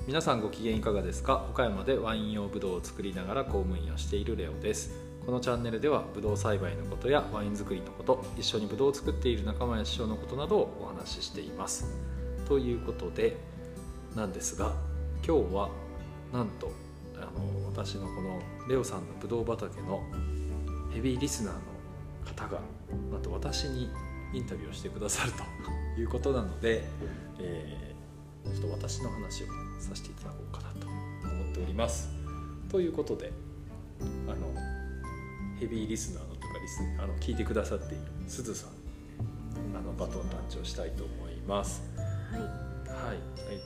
皆さんご機嫌いかがですか。岡山でワイン用ブドウを作りながら公務員をしているレオです。このチャンネルではブドウ栽培のことやワイン作りのこと、一緒にブドウを作っている仲間や師匠のことなどをお話ししています。ということでなんですが、今日はなんと私のこのレオさんのブドウ畑のヘビーリスナーの方がなんと私にインタビューをしてくださるということなので、ちょっと私の話をさせていただこうかなと思っております。ということでヘビーリスナーのとか聞いてくださっているすずさんバトンタッチをしたいと思います。 はい、 はい。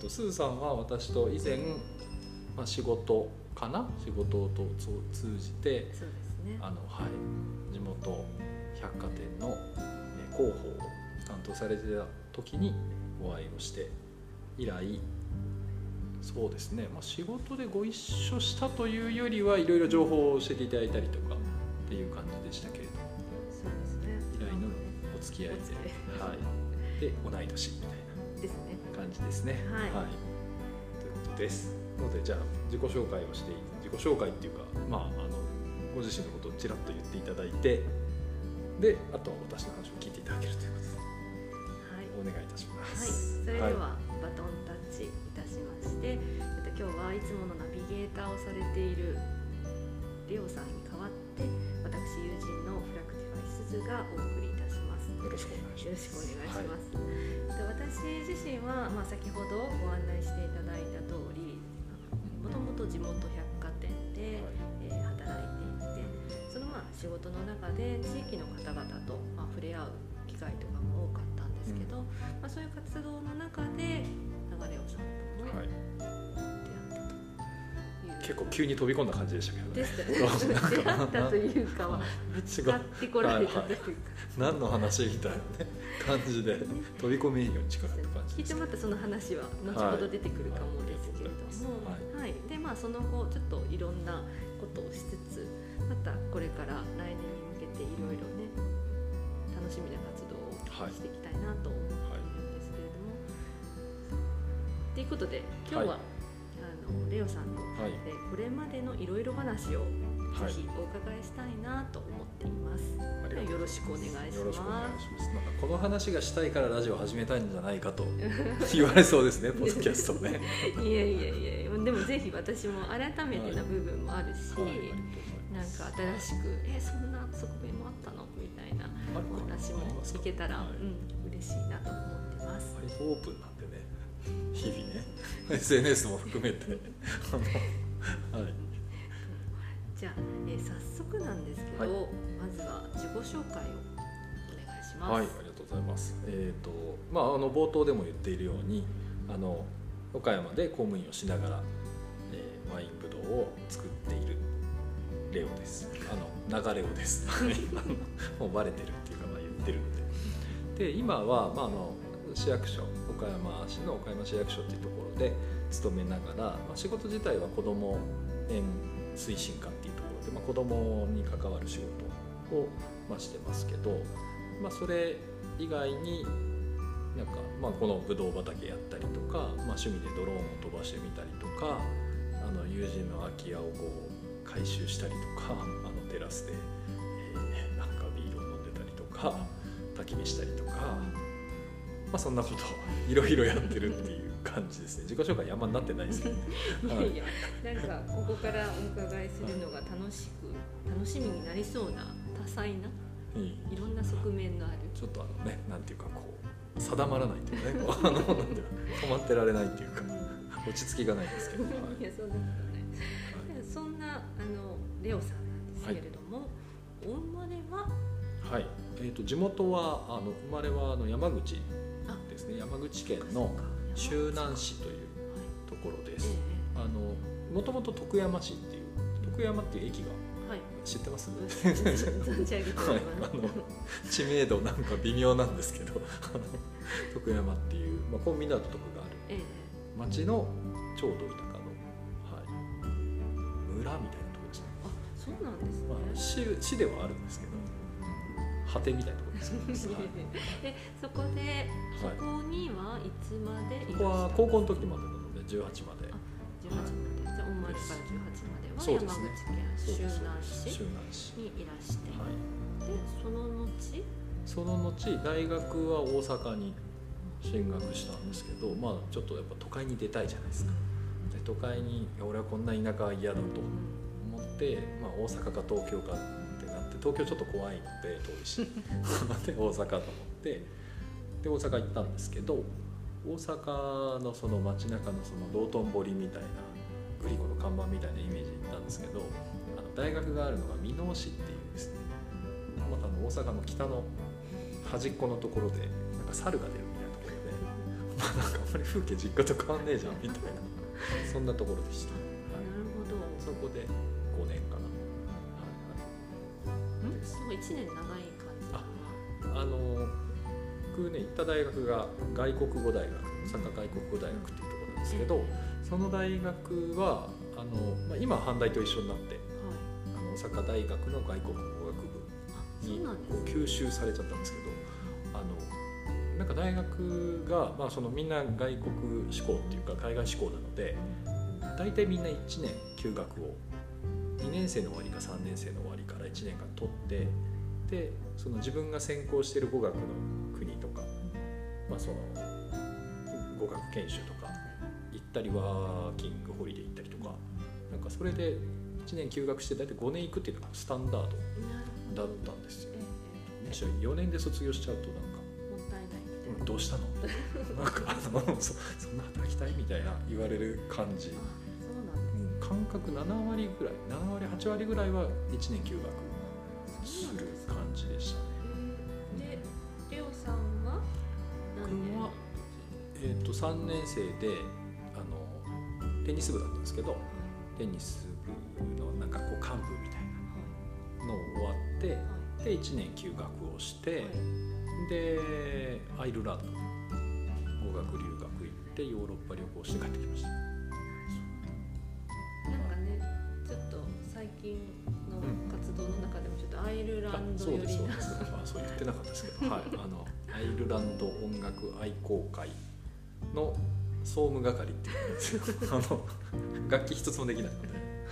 すずさんは私と以前、仕事を通じて、 そうですね。 地元百貨店の広報を担当されてた時にお会いをして以来、そうですね、仕事でご一緒したというよりはいろいろ情報を教えていただいたりとかっていう感じでしたけれども、 そうですね。 以来のお付き合いで、で同い年みたいなですね。 感じですね。 はい。 ということです。のでじゃあ自己紹介をして自己紹介っていうか、ご自身のことをちらっと言っていただいて、であとは私の話を聞いていただけるということで、お願いいたします。 はい。それでは、バトンタッチいたしまして、今日はいつものナビゲーターをされているレオさんに代わって私友人のフラクティファイすずがお送りいたします。 よろしくお願いします。 よろしくお願いします。私自身は、先ほどご案内していただいた通り、もともと地元百貨店で、働いていて、その仕事の中で地域の方々と、触れ合う機会とかも多かったんですけど、そういう活動の中で流れおさんとも出会ったという、 結構急に飛び込んだ感じでしたけどね。 ですね。出会ったというかはぶつかってこられたというか、 何の話みたいな、感じで飛び込み営業に近かった感じです。 きっとまたその話は後ほど出てくるかもですけれども、でその後ちょっといろんなことをしつつ、またこれから来年に向けていろいろね、楽しみな活動をしていきたいなと思っているんですけれども、ということで今日は、レオさんの、これまでのいろいろ話をぜひお伺いしたいなと思っています。よろしくお願いします。 この話がしたいからラジオを始めたいんじゃないかと言われそうですね、ポッドキャストね。 いや、でもぜひ私も改めてな部分もあるし、なんか新しくそんな側面もあったのみたいなお話も聞けたら、嬉しいなと思ってます。 割とオープンなんでね、日々ねSNS も含めてじゃあ、早速なんですけど、まずは自己紹介をお願いします。 はい、ありがとうございます。冒頭でも言っているように、岡山で公務員をしながら、ワインブドウを作っているレオです。長レオです。もうバレてるっていうか、言ってるんで。で、今は、市役所、岡山市の岡山市役所っていうところで勤めながら、仕事自体は子ども園推進課っていうところで、子どもに関わる仕事を、してますけど、それ以外にこのブドウ畑やったりとか、趣味でドローンを飛ばしてみたりとか、友人の空き家を回収したりとか、テラスで、ビールを飲んでたりとか、焚き火したりとか、そんなことをいろいろやってるっていう感じですね。自己紹介あんまになってないですけどここからお伺いするのが楽しみになりそうな多彩ないろんな側面のある、 ちょっとなんていうか定まらないというね止まってられないっていうか落ち着きがないんですけど、 いやそんなことない、そんなレオさんなんですけれども、お生まれは地元は生まれは山口ですね。山口県の周南市というところです。もともと徳山市っていう徳山っていう駅が、知ってます？知名度なんか微妙なんですけど徳山っていう、コンビナートとかがある町のちょうど田舎の、村みたいなところですね。 そうなんですね。 市ではあるんですけど、 果てみたいなところですよ、 でそこにはいつまでいらっしゃる？ ここは高校の時までなので18まで。 18まで、じゃあ御町から18までは山口県周南市にいらして、でその後大学は大阪に進学したんですけど、まあちょっとやっぱ都会に出たいじゃないですか。で都会に俺はこんな田舎は嫌だと思って、まあ、大阪か東京かってなって、東京ちょっと怖いので遠いしで大阪と思ってで大阪行ったんですけど、大阪のその街中のその道頓堀みたいなグリコの看板みたいなイメージで行ったんですけど、大学があるのが箕面市っていうですね、また大阪の北の端っこのところでなんか猿が出るみたいなところで、まあ、なんかあんまり風景実家と変わんねえじゃんみたいなそんなところでした。 なるほど。 そこで5年かな。 すごい1年長い感じ。 僕ね行った大学が外国語大学、大阪外国語大学っていうところなんですけど、その大学はまあ、今は阪大と一緒になって、大阪大学の外国語学部に吸収されちゃったんですけど、なんか大学が、まあ、そのみんな外国志向っていうか海外志向なので、大体みんな1年休学を2年生の終わりか3年生の終わりから1年間取って、でその自分が専攻している語学の国とか、まあ、その語学研修とか行ったりワーキングホリデー行ったりとか、なんかそれで1年休学して大体5年行くっていうのがスタンダードだったんですよ。むしろ4年で卒業しちゃうとなんかもったいない、 どうしたのなんかそんな働きたいみたいな言われる感じ。感覚7割ぐらい、7割8割ぐらいは1年休学する感じでしたね。 で、レオさんは僕は3年生でテニス部だったんですけど、テニス部のなんかこう幹部みたいなのを終わって、で1年休学をして、でアイルランド語学留学行ってヨーロッパ旅行して帰ってきました。 なんかね、ちょっと最近の活動の中でもちょっとアイルランド寄りな、 そう言ってなかったですけど、はい、アイルランド音楽愛好会の総務係っていうんですよ楽器一つもできないので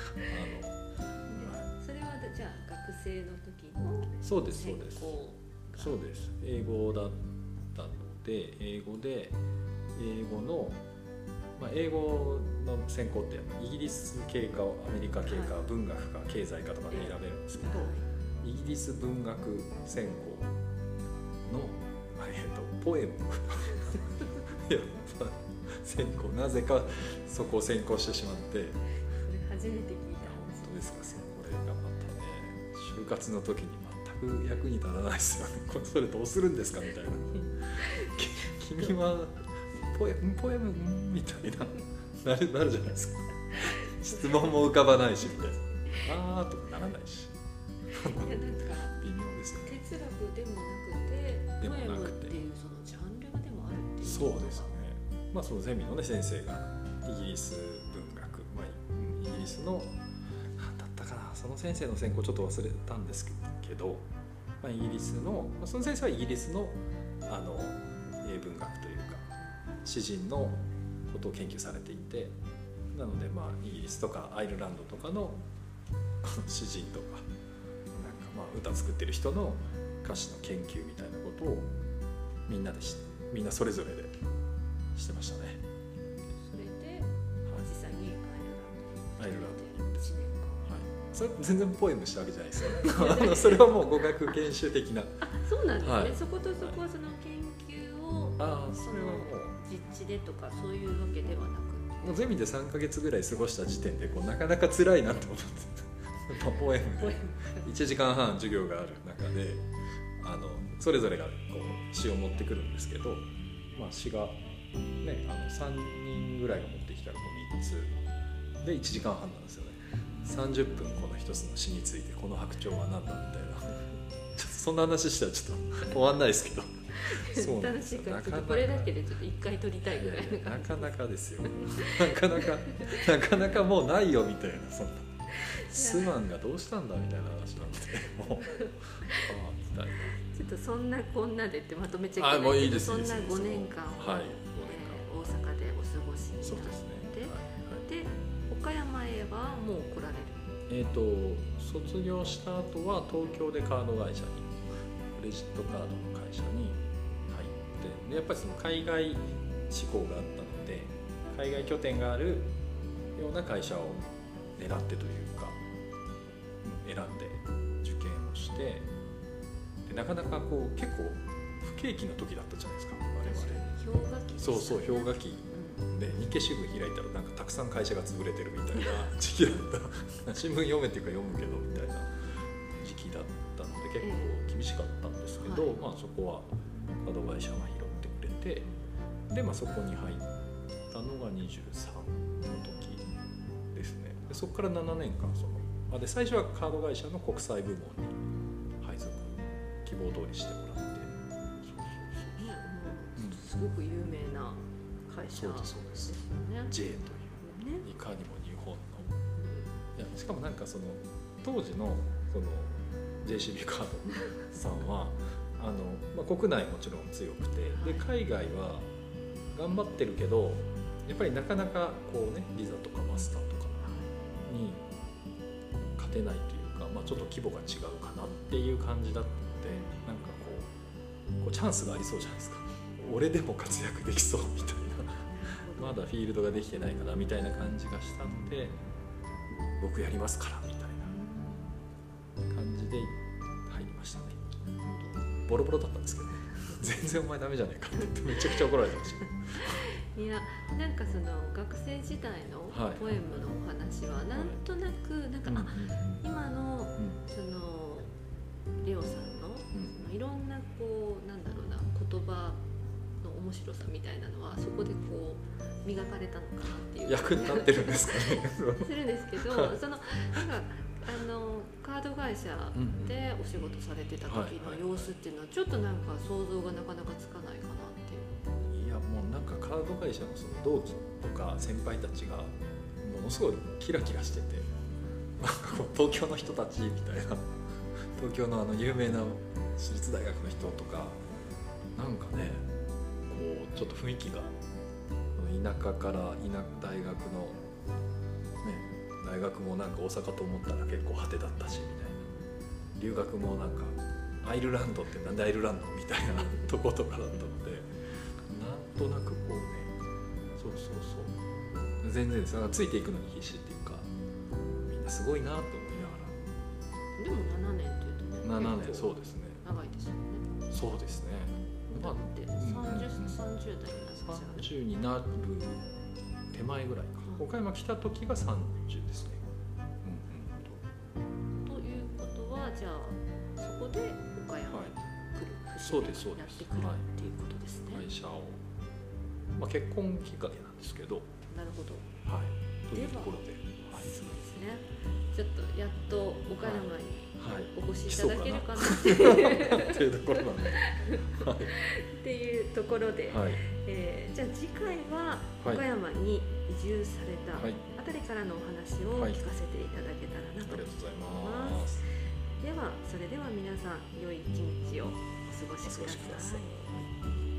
それはじゃあ学生の時のそうです英語だったので、英語のまあ、英語の専攻ってイギリス系かアメリカ系か文学か経済かとかで選べるんですけど、イギリス文学専攻の、ポエムいや専攻、なぜかそこを専攻してしまって、 初めて聞いた。 本当ですか。これがまたね、就活の時に全く役に立たないですよね。それどうするんですかみたいな君はポエムみたいなるじゃないですか。質問も浮かばないしみたいな、とかならないしなんか微妙ですよね。 哲学でもなくてポエムっていうそのジャンルがでもあるっていう。 そうですね。まあそのゼミのね先生がイギリス文学、まあ、イギリスの何だったかな、その先生の専攻ちょっと忘れたんですけど、まあ、イギリスの、その先生はイギリスの英文学というか詩人のことを研究されていて、なのでまあイギリスとかアイルランドとかの詩人とかなんかまあ歌作ってる人の歌詞の研究みたいなことをみんなそれぞれでしてましたね。 それで、実際にアイルランド 1年間、 それ全然ポエムしたわけじゃないですよそれはもう語学研修的な。 そうなんですね、そことそこはその研究をそれはもう実地でとかそういうわけではなく、 もうゼミで3ヶ月ぐらい過ごした時点でなかなか辛いなと思ってポエムで1時間半授業がある中でそれぞれがこう詩を持ってくるんですけど、まあ、詩が、ね、3人ぐらいが持ってきたら3つで1時間半なんですよね。30分この一つの詩についてこの白鳥は何だみたいなちょっとそんな話したらちょっと終わんないですけどそう楽しいからちょっとこれだけでちょっと1回撮りたいぐらいの感じ。 なかなかですよなかなかもうないよみたいな、そんなスマンがどうしたんだみたいな話なんでもうみたいなちょっとそんなこんなでってまとめちゃいけもうないけど、 いいですそんな5年間を、 はい、 大阪でお過ごしになって、 そうですね、 で岡山へはもう来られる？ 卒業した後は東京でカード会社にクレジットカードの会社に入って、でやっぱりその海外志向があったので海外拠点があるような会社を狙ってというか選んで受験をして、でなかなかこう結構不景気の時だったじゃないですか我々。 氷河期でしたね。 そう氷河期で日経新聞開いたらなんかたくさん会社が潰れてるみたいな時期だった新聞読めっていうか読むけどみたいな時期だったので結構厳しかったんですけど、まあ、そこはカード会社が拾ってくれて、で、まあ、そこに入ったのが23の時ですね。でそこから7年間で最初はカード会社の国際部門に配属希望通りしてもらって、 すごく有名な会社ですよね。 J という、いかにも日本の、いやしかもなんかその当時のその JCB カードさんはまあ、国内もちろん強くて、で海外は頑張ってるけどやっぱりなかなかこうねビザとかマスターとかに勝てないというか、まあ、ちょっと規模が違うかなっていう感じだったので、なんかこうチャンスがありそうじゃないですか。俺でも活躍できそうみたいなまだフィールドができてないかなみたいな感じがしたので、僕やりますからみたいな感じで入りましたね。ボロボロだったんですけど、全然お前ダメじゃないかって言ってめちゃくちゃ怒られてました。 いやなんかその学生時代のポエムのお話はなんとなくなんか、今のそのレオさんのいろんなこうなんだろうな言葉の面白さみたいなのはそこでこう磨かれたのかなっていう役に立ってるんですかねするんですけど、そのなんかカード会社でお仕事されてた時の様子っていうのはちょっとなんか想像がなかなかつかないかなっていう。 いやもうなんかカード会社のその同期とか先輩たちがものすごいキラキラしてて、東京の人たちみたいな、東京の有名な私立大学の人とかなんかねこうちょっと雰囲気が田舎から大学の大学もなんか大阪と思ったら結構果てだったしみたいな、留学もなんかアイルランドってなんでアイルランドみたいなとことかだったので、なんとなくこうね、そう全然ついていくのに必死っていうか、みんなすごいなと思いながら。 でも7年というとね、 7年そうですね、 長いですよね。 そうですね、 だって30代 30になる手前ぐらいか、岡山来た時が30ですね。 ということはじゃあそこで岡山に来る、 そうですやってくるっていうことですね。 会社を、まあ、結婚きっかけなんですけど。 なるほど。 はい。というところで、 そうですね。ちょっとやっと岡山にお越しいただけるかなっていうところなんで。 っていうところで、じゃあ次回は岡山に移住されたあたりからのお話を聞かせていただけたらなと思います。ではそれでは皆さん良い一日をお過ごしください。